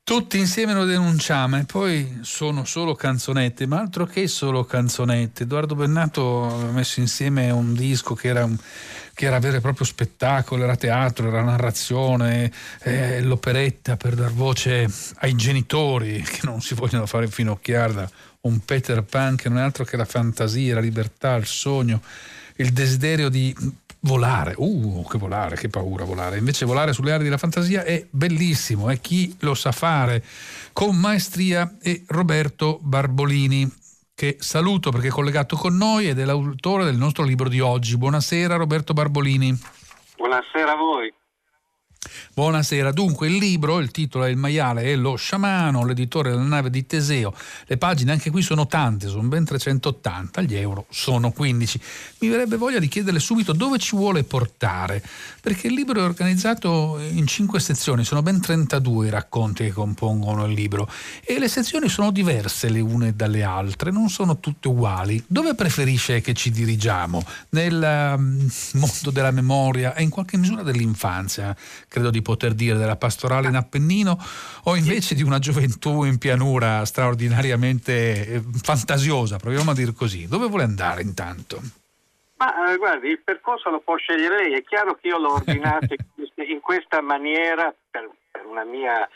Tutti insieme lo denunciamo e poi sono solo canzonette, ma altro che solo canzonette. Edoardo Bennato aveva messo insieme un disco che era vero e proprio spettacolo, era teatro, era narrazione, l'operetta per dar voce ai genitori che non si vogliono fare infinocchiare da un Peter Pan che non è altro che la fantasia, la libertà, il sogno, il desiderio di volare. Che volare, che paura volare. Invece volare sulle ali della fantasia è bellissimo, e chi lo sa fare con maestria è Roberto Barbolini, che saluto perché è collegato con noi ed è l'autore del nostro libro di oggi. Buonasera Roberto Barbolini. Buonasera a voi. Buonasera. Dunque, il libro, il titolo è Il maiale e lo sciamano, l'editore della nave di Teseo. Le pagine anche qui sono tante, sono ben 380, gli euro sono 15. Mi verrebbe voglia di chiederle subito dove ci vuole portare, perché il libro è organizzato in 5 sezioni, sono ben 32 i racconti che compongono il libro e le sezioni sono diverse le une dalle altre, non sono tutte uguali. Dove preferisce che ci dirigiamo? Nel mondo della memoria e in qualche misura dell'infanzia, credo di poter dire, della pastorale in Appennino, o invece di una gioventù in pianura straordinariamente fantasiosa, proviamo a dire così. Dove vuole andare intanto? Ma guardi, il percorso lo può scegliere lei. È chiaro che io l'ho ordinato in questa maniera per una mia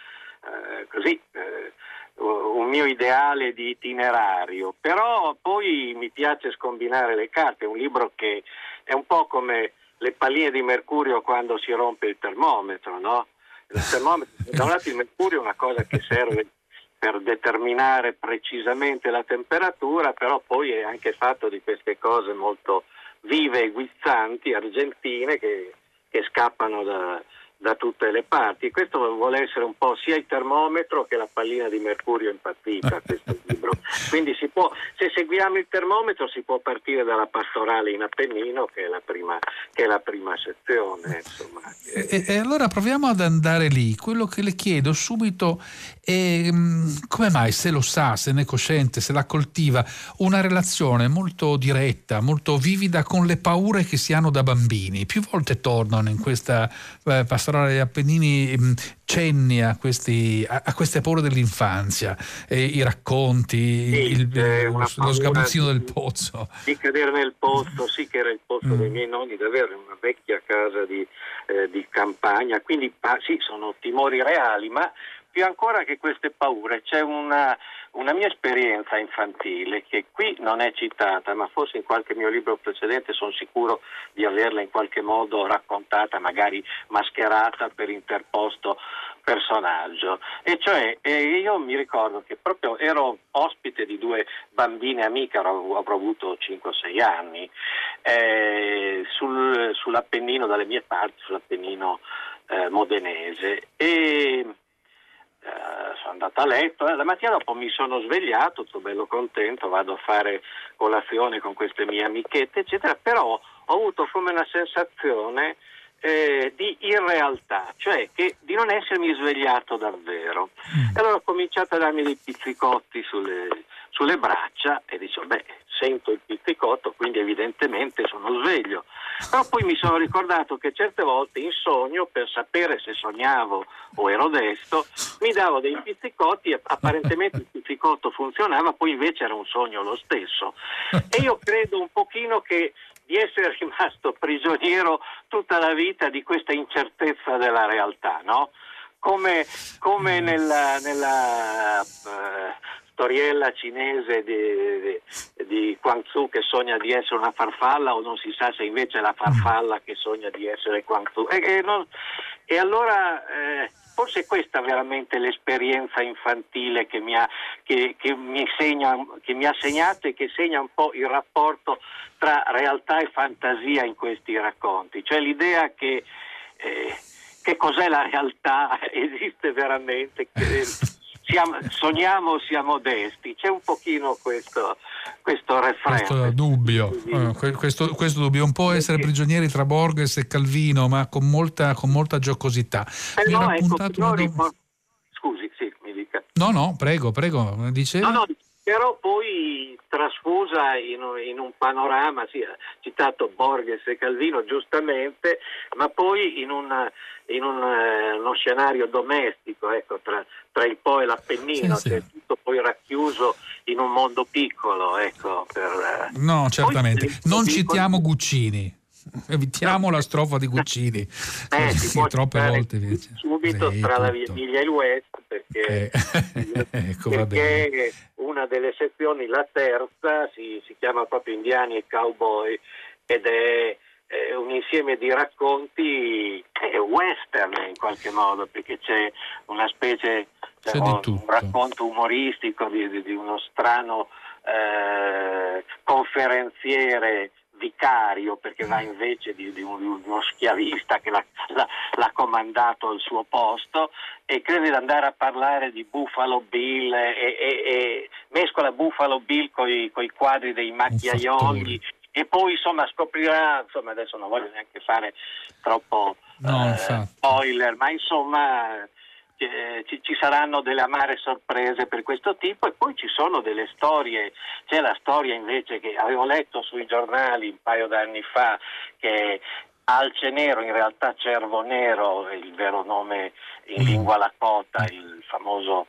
un mio ideale di itinerario, però poi mi piace scombinare le carte. È un libro che è un po' come le palline di mercurio quando si rompe il termometro, no? Il termometro, da un lato il mercurio è una cosa che serve per determinare precisamente la temperatura, però poi è anche fatto di queste cose molto vive e guizzanti, argentine, che scappano da tutte le parti. Questo vuole essere un po' sia il termometro che la pallina di mercurio impazzita, questo libro. Quindi se seguiamo il termometro si può partire dalla pastorale in Appennino, che è la prima sezione, insomma. E allora proviamo ad andare lì. Quello che le chiedo subito è come mai, se lo sa, se ne è cosciente, se la coltiva, una relazione molto diretta, molto vivida con le paure che si hanno da bambini. Più volte tornano in questa pastorale degli Appennini cenni a queste paure dell'infanzia, i racconti, lo sgabuzzino del pozzo. Di cadere nel pozzo, sì, che era il pozzo dei miei nonni, davvero una vecchia casa di campagna, quindi sì, sono timori reali, ma più ancora che queste paure c'è una mia esperienza infantile che qui non è citata, ma forse in qualche mio libro precedente sono sicuro di averla in qualche modo raccontata, magari mascherata per interposto personaggio. E cioè io mi ricordo che proprio ero ospite di 2 bambine amiche, avrò avuto 5-6 anni, sull'Appennino, dalle mie parti, sull'Appennino modenese, e sono andato a letto, la mattina dopo mi sono svegliato, tutto bello contento, vado a fare colazione con queste mie amichette, eccetera, però ho avuto come una sensazione di irrealtà, cioè di non essermi svegliato davvero. E allora ho cominciato a darmi dei pizzicotti sulle braccia e dicevo, sento il pizzicotto, quindi evidentemente sono sveglio. Però poi mi sono ricordato che certe volte in sogno, per sapere se sognavo o ero desto, mi davo dei pizzicotti e apparentemente il pizzicotto funzionava, poi invece era un sogno lo stesso. E io credo un pochino di essere rimasto prigioniero tutta la vita di questa incertezza della realtà, no? Come nella storiella cinese di Quang Tzu, che sogna di essere una farfalla, o non si sa se invece è la farfalla che sogna di essere Quang Tzu. E allora forse questa è veramente l'esperienza infantile che mi ha segnato e che segna un po' il rapporto tra realtà e fantasia in questi racconti, cioè l'idea che cos'è la realtà, esiste veramente, sogniamo, siamo desti, c'è un pochino questo refrain. Questo dubbio, questo dubbio, un po' essere prigionieri tra Borges e Calvino, ma con molta giocosità. Scusi, sì, mi dica. No, prego, diceva? No, però poi trasfusa in un panorama, sì, ha citato Borges e Calvino giustamente, ma poi in uno scenario domestico, ecco, tra il dell'Appennino, sì. cioè tutto poi racchiuso in un mondo piccolo, ecco. No, certamente. Poi, Non citiamo Guccini. Evitiamo la strofa di Guccini, si che può troppe citare volte dice. subito Sì, tra la via tutto. Emilia e il West, perché, Ecco, va bene. una delle sezioni, la terza, si chiama proprio Indiani e Cowboy, ed è un insieme di racconti western in qualche modo, perché c'è una specie, C'è di un tutto. racconto umoristico di uno strano conferenziere vicario, perché va invece di uno schiavista che l'ha comandato al suo posto, e crede di andare a parlare di Buffalo Bill e mescola Buffalo Bill coi quadri dei Un macchiaioli, fattore. e poi scoprirà, adesso non voglio neanche fare troppo No, infatti. spoiler, ma ci saranno delle amare sorprese per questo tipo. E poi ci sono delle storie. C'è la storia invece che avevo letto sui giornali un paio d'anni fa, che Alce Nero, in realtà Cervo Nero è il vero nome in lingua Lakota, il famoso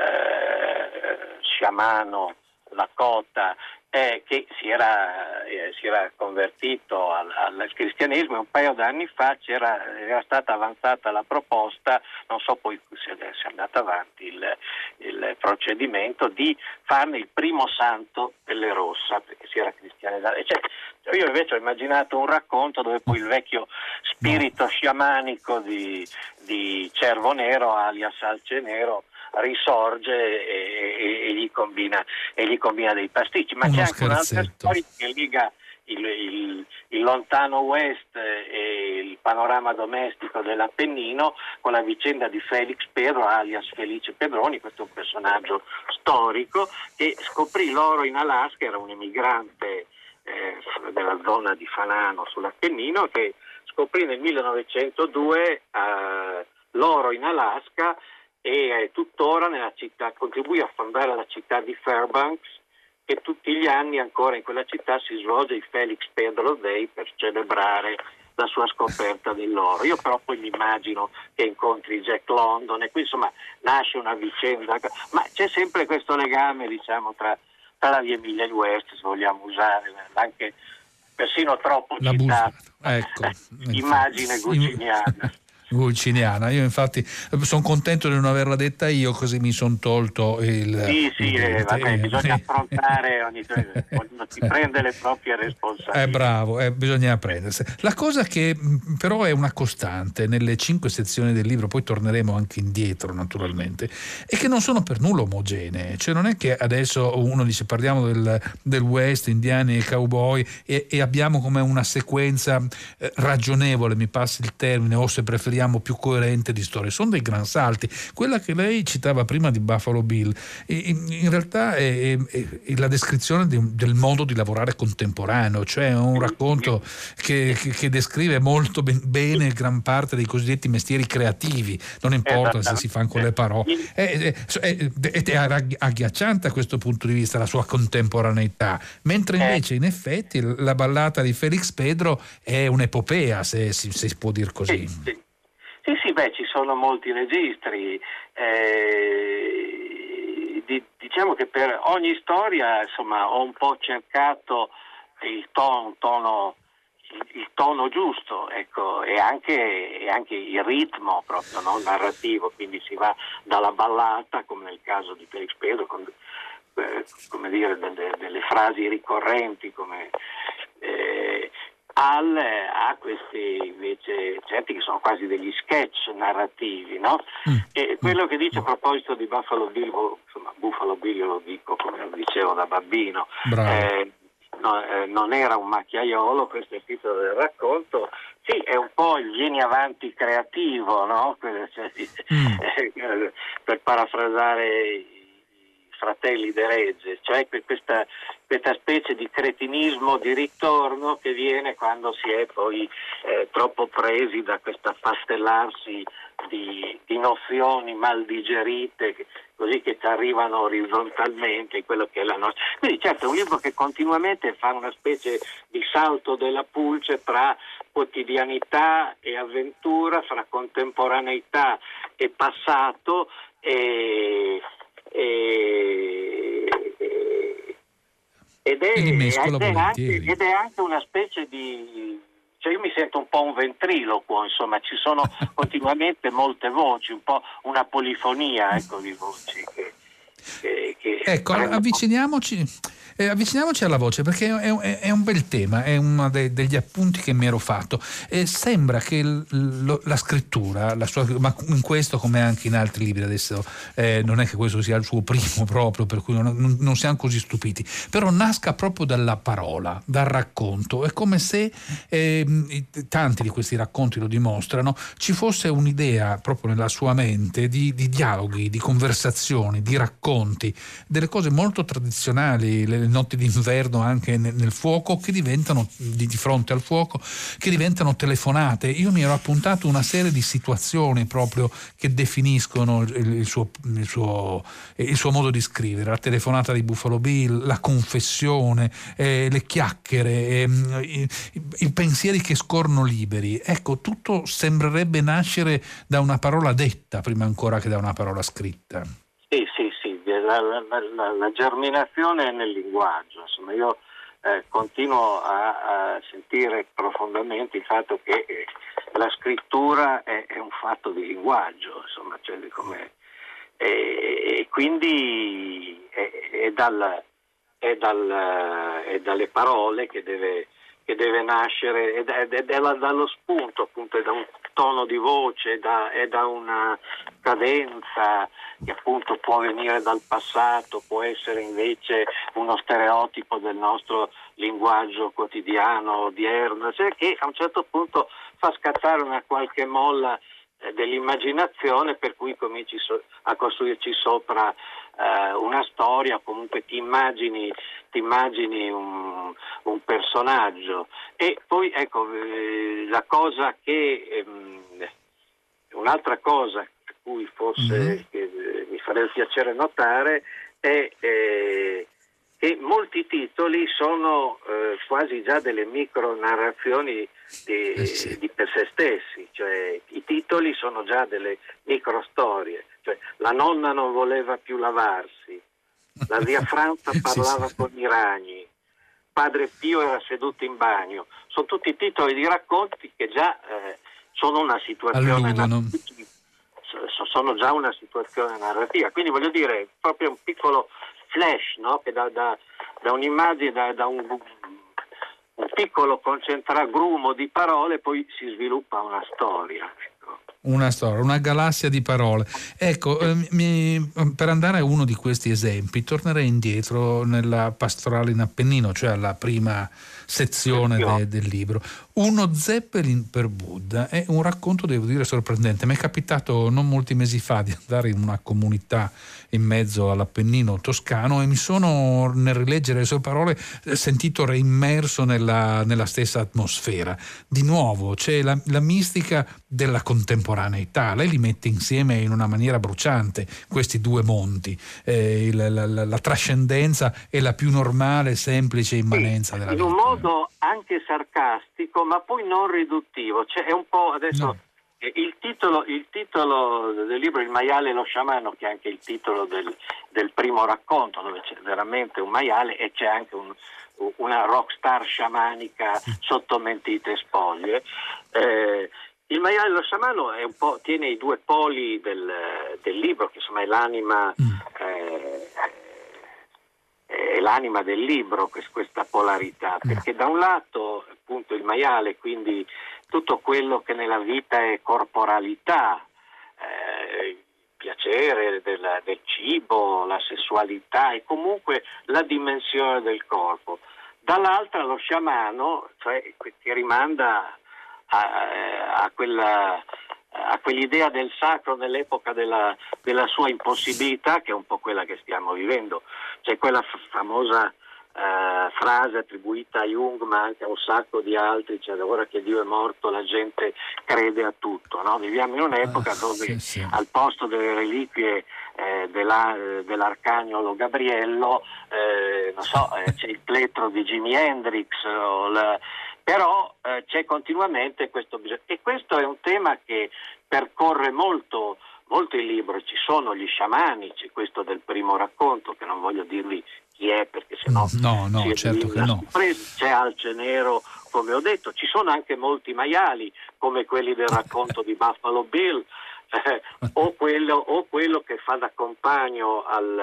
sciamano Lakota, che si era convertito al cristianesimo, e un paio d'anni fa era stata avanzata la proposta, non so poi se è andato avanti il procedimento, di farne il primo santo delle Rossa, perché si era cristianizzato. Io invece ho immaginato un racconto dove poi il vecchio spirito sciamanico di Cervo Nero, alias Alce Nero, risorge e gli combina dei pasticci. Ma c'è anche un'altra storia che lega il lontano West e il panorama domestico dell'Appennino con la vicenda di Felix Pedro, alias Felice Pedroni. Questo è un personaggio storico che scoprì l'oro in Alaska, era un emigrante della zona di Fanano sull'Appennino, che scoprì nel 1902 l'oro in Alaska, e tuttora nella città contribuì a fondare la città di Fairbanks, e tutti gli anni ancora in quella città si svolge il Felix Pedro Day per celebrare la sua scoperta dell'oro. Io però poi mi immagino che incontri Jack London, e qui insomma nasce una vicenda, ma c'è sempre questo legame, diciamo, tra la via Emilia e il West, se vogliamo usare anche persino troppo citata immagine gucciniana. Gucciniana. Io infatti sono contento di non averla detta io, così mi sono tolto bisogna affrontare ognuno si prende le proprie responsabilità. Bravo, bisogna prendersi. La cosa che però è una costante nelle 5 sezioni del libro, poi torneremo anche indietro naturalmente, è che non sono per nulla omogenee. Cioè non è che adesso uno dice parliamo del West, indiani e cowboy, e abbiamo come una sequenza ragionevole, mi passi il termine, o se preferiamo più coerente di storie. Sono dei gran salti. Quella che lei citava prima di Buffalo Bill in realtà è la descrizione del modo di lavorare contemporaneo, cioè un racconto che descrive molto bene gran parte dei cosiddetti mestieri creativi, non importa se si fanno con le parole. È agghiacciante a questo punto di vista la sua contemporaneità, mentre invece in effetti la ballata di Felix Pedro è un'epopea, se si può dire così. Sì, ci sono molti registri. Diciamo che per ogni storia, insomma, ho un po' cercato il tono giusto, ecco, e anche il ritmo proprio, no? Narrativo, quindi si va dalla ballata, come nel caso di Felix Pedro, come dire, delle frasi ricorrenti, come a questi invece certi che sono quasi degli sketch narrativi, no? E quello che dice a proposito di Buffalo Bill, Buffalo Bill io lo dico come lo dicevo da bambino, non era un macchiaiolo, questo è il titolo del racconto. Sì, è un po' il vieni avanti creativo, no? Per parafrasare i fratelli De Regge, cioè questa specie di cretinismo di ritorno che viene quando si è poi troppo presi da questo affastellarsi di nozioni mal digerite, così che ci arrivano orizzontalmente in quello che è la nostra. Quindi certo è un libro che continuamente fa una specie di salto della pulce tra quotidianità e avventura, fra contemporaneità e passato, e e li mescola volentieri. Ed è anche una specie di... Cioè io mi sento un po' un ventriloquo, insomma, ci sono continuamente molte voci, un po' una polifonia, ecco, di voci che ecco, avviciniamoci alla voce, perché è un bel tema, è uno degli appunti che mi ero fatto. Sembra che la scrittura, ma in questo come anche in altri libri, adesso non è che questo sia il suo primo proprio, per cui non siamo così stupiti, però nasca proprio dalla parola, dal racconto. È come se tanti di questi racconti lo dimostrano, ci fosse un'idea proprio nella sua mente di dialoghi, di conversazioni, di racconti, delle cose molto tradizionali, le notti d'inverno anche nel fuoco, che diventano di fronte al fuoco, che diventano telefonate. Io mi ero appuntato una serie di situazioni proprio che definiscono il suo modo di scrivere: la telefonata di Buffalo Bill, la confessione, le chiacchiere, i pensieri che scorrono liberi. Ecco, tutto sembrerebbe nascere da una parola detta prima ancora che da una parola scritta. Sì, la germinazione è nel linguaggio. Insomma, io continuo a sentire profondamente il fatto che la scrittura è un fatto di linguaggio, insomma, cioè e quindi è dalle parole che deve nascere, è dallo spunto, appunto, è da un tono di voce, è da una cadenza che appunto può venire dal passato, può essere invece uno stereotipo del nostro linguaggio quotidiano, odierno, cioè che a un certo punto fa scattare una qualche molla dell'immaginazione, per cui cominci a costruirci sopra una storia, comunque ti immagini un personaggio. E poi ecco, un'altra cosa a cui forse mi farebbe piacere notare è che molti titoli sono quasi già delle micronarrazioni di per se stessi, cioè i titoli sono già delle microstorie, cioè la nonna non voleva più lavarsi, la zia Franza parlava con i ragni, Padre Pio era seduto in bagno. Sono tutti titoli di racconti che già sono una situazione sono già una situazione narrativa, quindi voglio dire, proprio un piccolo flash, no? Che da un'immagine, da un piccolo grumo di parole poi si sviluppa una storia. Ecco. Una storia, una galassia di parole. Ecco, per andare a uno di questi esempi, tornerei indietro nella Pastorale in Appennino, cioè alla prima sezione del libro. Uno Zeppelin per Buddha è un racconto, devo dire, sorprendente. Mi è capitato non molti mesi fa di andare in una comunità in mezzo all'Appennino toscano e mi sono, nel rileggere le sue parole, sentito reimmerso nella stessa atmosfera. Di nuovo c'è la mistica della contemporaneità. Lei li mette insieme in una maniera bruciante, questi due monti, la trascendenza e la più normale, semplice immanenza della vita. In un modo anche sarcastico, ma poi non riduttivo. Cioè, è un po' adesso. No. Il titolo del libro, Il maiale e lo sciamano, che è anche il titolo del primo racconto, dove c'è veramente un maiale e c'è anche una rockstar sciamanica sotto mentite spoglie. Il maiale e lo sciamano è un po', tiene i due poli del libro, che insomma è l'anima del libro, questa polarità, perché da un lato appunto il maiale, quindi tutto quello che nella vita è corporalità, il piacere del cibo, la sessualità e comunque la dimensione del corpo. Dall'altra lo sciamano, cioè, che rimanda a quell'idea del sacro nell'epoca della sua impossibilità, che è un po' quella che stiamo vivendo. C'è quella famosa frase attribuita a Jung, ma anche a un sacco di altri, cioè ora che Dio è morto la gente crede a tutto, no? Viviamo in un'epoca dove al posto delle reliquie dell'arcagnolo Gabriello c'è il plettro di Jimi Hendrix, però c'è continuamente questo bisogno, e questo è un tema che percorre molto il libro. Ci sono gli sciamani, c'è questo del primo racconto, che non voglio dirvi chi è, perché sennò no, certo che no. C'è Alce Nero, come ho detto, ci sono anche molti maiali come quelli del racconto di Buffalo Bill, o quello che fa da compagno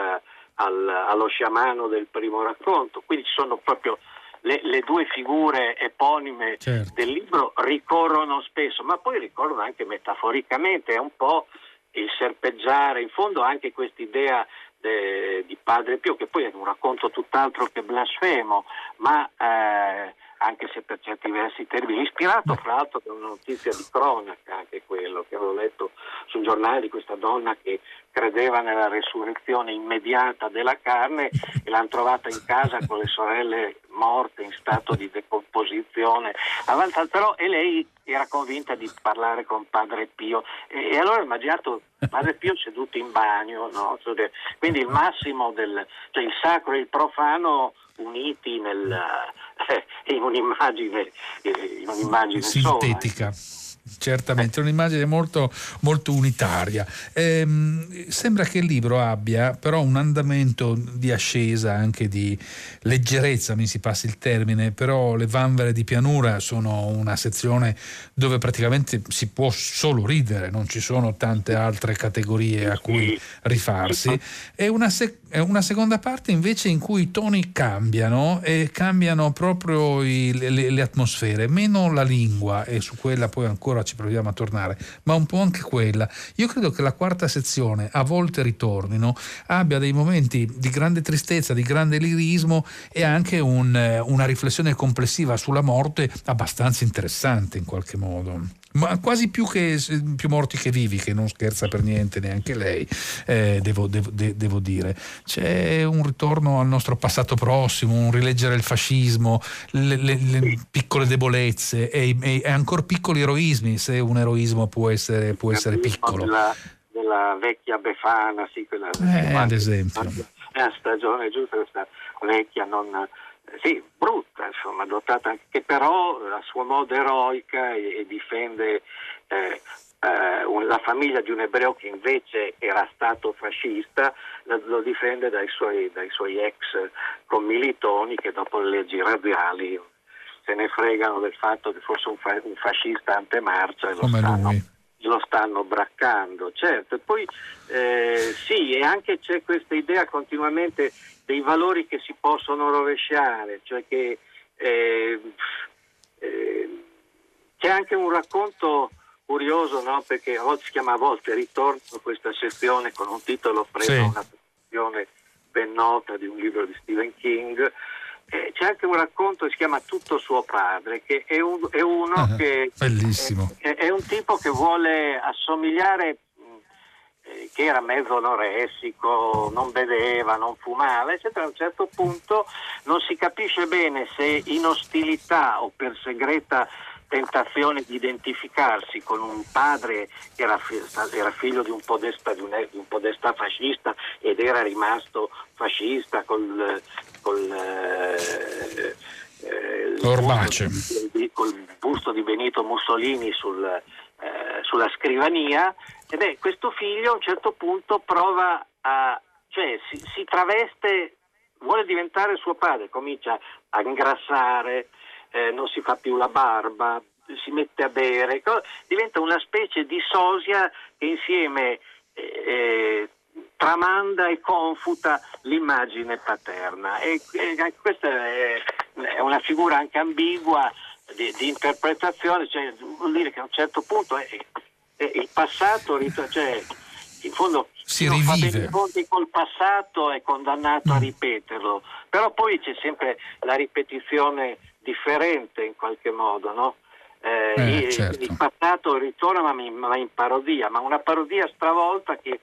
allo sciamano del primo racconto. Quindi ci sono proprio le due figure eponime, certo, del libro, ricorrono spesso, ma poi ricorrono anche metaforicamente. È un po' il serpeggiare, in fondo anche quest'idea di Padre Pio, che poi è un racconto tutt'altro che blasfemo, ma anche se per certi versi terribile, ispirato fra l'altro da una notizia di cronaca, anche quello che avevo letto sul giornale, di questa donna che credeva nella resurrezione immediata della carne e l'hanno trovata in casa con le sorelle morte in stato di decomposizione avanzata, però, e lei era convinta di parlare con Padre Pio, e allora ho immaginato Padre Pio seduto in bagno, no? Quindi il massimo cioè il sacro e il profano uniti in un'immagine sintetica. Sola. Certamente, è un'immagine molto, molto unitaria. Sembra che il libro abbia però un andamento di ascesa, anche di leggerezza, mi si passi il termine, però le vanvere di pianura sono una sezione dove praticamente si può solo ridere, non ci sono tante altre categorie a cui rifarsi. È una seconda parte invece in cui i toni cambiano, e cambiano proprio le atmosfere, meno la lingua, e su quella poi ancora ci proviamo a tornare, ma un po' anche quella. Io credo che la quarta sezione, A volte ritornino, abbia dei momenti di grande tristezza, di grande lirismo, e anche una riflessione complessiva sulla morte abbastanza interessante in qualche modo, ma quasi più morti che vivi, che non scherza per niente neanche lei, devo dire. C'è un ritorno al nostro passato prossimo, un rileggere il fascismo, le piccole debolezze e ancora piccoli eroismi, se un eroismo può essere piccolo. Della vecchia Befana, sì, quella ad esempio. È una stagione giusta, questa vecchia brutta, insomma, dotata, che però a suo modo eroica e difende la famiglia di un ebreo che invece era stato fascista, lo difende dai suoi ex commilitoni, che dopo le leggi razziali se ne fregano del fatto che fosse un fascista antemarcia e lo stanno braccando, certo. E poi e anche c'è questa idea continuamente dei valori che si possono rovesciare, cioè che c'è anche un racconto curioso, no? Perché si chiama A volte ritorno, questa sezione, con un titolo preso da una sezione ben nota di un libro di Stephen King. C'è anche un racconto che si chiama Tutto suo padre, che è uno che bellissimo. È un tipo che vuole assomigliare, che era mezzo anoressico, non beveva, non fumava, eccetera. A un certo punto non si capisce bene se in ostilità o per segreta tentazione di identificarsi con un padre che era figlio di un podestà fascista ed era rimasto fascista col busto di Benito Mussolini sulla scrivania, questo figlio a un certo punto prova si traveste, vuole diventare suo padre, comincia a ingrassare, non si fa più la barba, si mette a bere, diventa una specie di sosia che insieme tramanda e confuta l'immagine paterna, e questa è una figura anche ambigua di interpretazione, cioè vuol dire che a un certo punto il passato, cioè in fondo si rivive. I conti col passato è condannato a ripeterlo, però poi c'è sempre la ripetizione differente in qualche modo, no? Certo. Il passato ritorna ma in parodia, ma una parodia stravolta che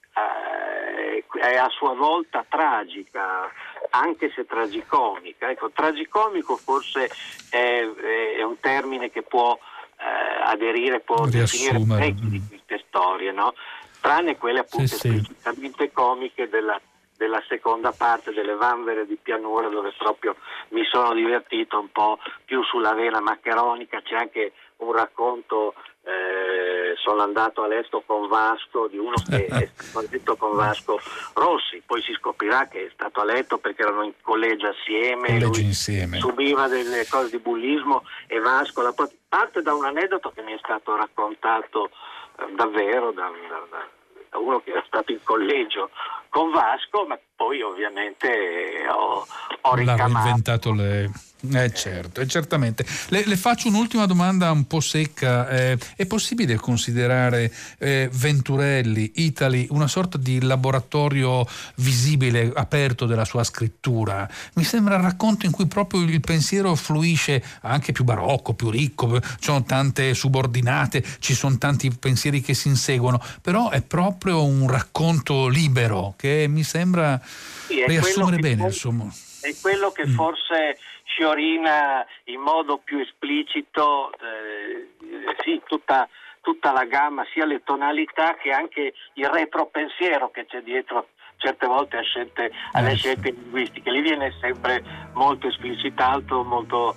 è a sua volta tragica, anche se tragicomica. Ecco, tragicomico forse è un termine che può aderire, può definire parecchie di queste storie, no? Tranne quelle appunto esplicitamente comiche della seconda parte, delle vanvere di pianura, dove proprio mi sono divertito un po' più sulla vena maccheronica. C'è anche un racconto sono andato a letto con Vasco, di uno che è stato a letto con Vasco Rossi, poi si scoprirà che è stato a letto perché erano in collegio assieme, lui insieme. subiva delle cose di bullismo e Vasco parte da un aneddoto che mi è stato raccontato davvero da uno che era stato in collegio con Vasco, ma poi ovviamente ho ricamato. L'ha inventato lei. Certo, certamente. Le faccio un'ultima domanda un po' secca. È possibile considerare Venturelli, Italy, una sorta di laboratorio visibile, aperto della sua scrittura? Mi sembra il racconto in cui proprio il pensiero fluisce, anche più barocco, più ricco, ci sono tante subordinate, ci sono tanti pensieri che si inseguono, però è proprio un racconto libero che mi sembra riassumere bene, insomma. È quello che forse sciorina in modo più esplicito tutta la gamma, sia le tonalità che anche il retropensiero che c'è dietro certe volte alle scelte linguistiche. Lì viene sempre molto esplicitato, molto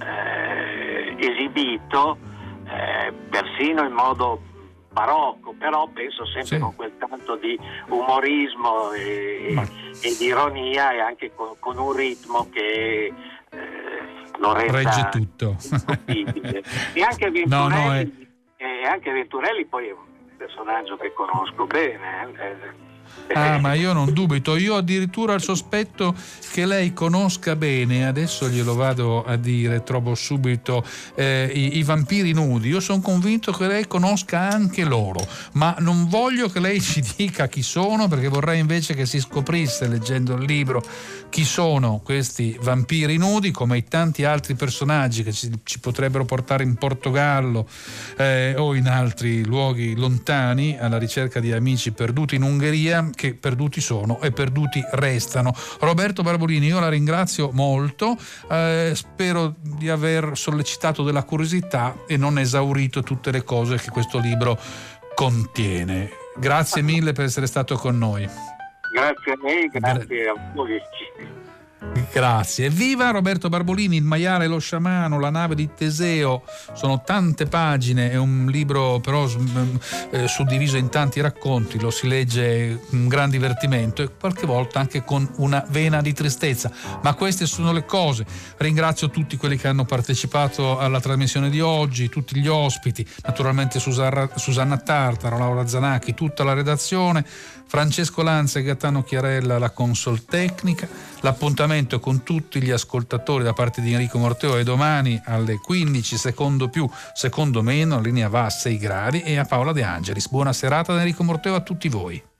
esibito, persino in modo barocco, però penso sempre con quel tanto di umorismo e di ironia, e anche con un ritmo che lo regge tutto. E anche Venturelli, anche Venturelli poi è un personaggio che conosco bene. Ma io non dubito, io addirittura il sospetto che lei conosca bene, adesso glielo vado a dire, trovo subito i vampiri nudi. Io sono convinto che lei conosca anche loro, ma non voglio che lei ci dica chi sono, perché vorrei invece che si scoprisse, leggendo il libro, chi sono questi vampiri nudi, come i tanti altri personaggi che ci potrebbero portare in Portogallo o in altri luoghi lontani alla ricerca di amici perduti in Ungheria, che perduti sono e perduti restano. Roberto Barbolini, io la ringrazio molto, spero di aver sollecitato della curiosità e non esaurito tutte le cose che questo libro contiene. Grazie mille per essere stato con noi. Grazie a me, grazie a voi. Grazie. Viva Roberto Barbolini, Il maiale e lo sciamano, La nave di Teseo. Sono tante pagine, è un libro però suddiviso in tanti racconti, lo si legge con un gran divertimento e qualche volta anche con una vena di tristezza, ma queste sono le cose. Ringrazio tutti quelli che hanno partecipato alla trasmissione di oggi, tutti gli ospiti, naturalmente Susanna Tartaro, Laura Zanacchi, tutta la redazione, Francesco Lanza e Gaetano Chiarella la console tecnica. L'appuntamento con tutti gli ascoltatori da parte di Enrico Morteo è domani alle 15, secondo più, secondo meno, la linea va a 6 gradi, e a Paola De Angelis. Buona serata da Enrico Morteo a tutti voi.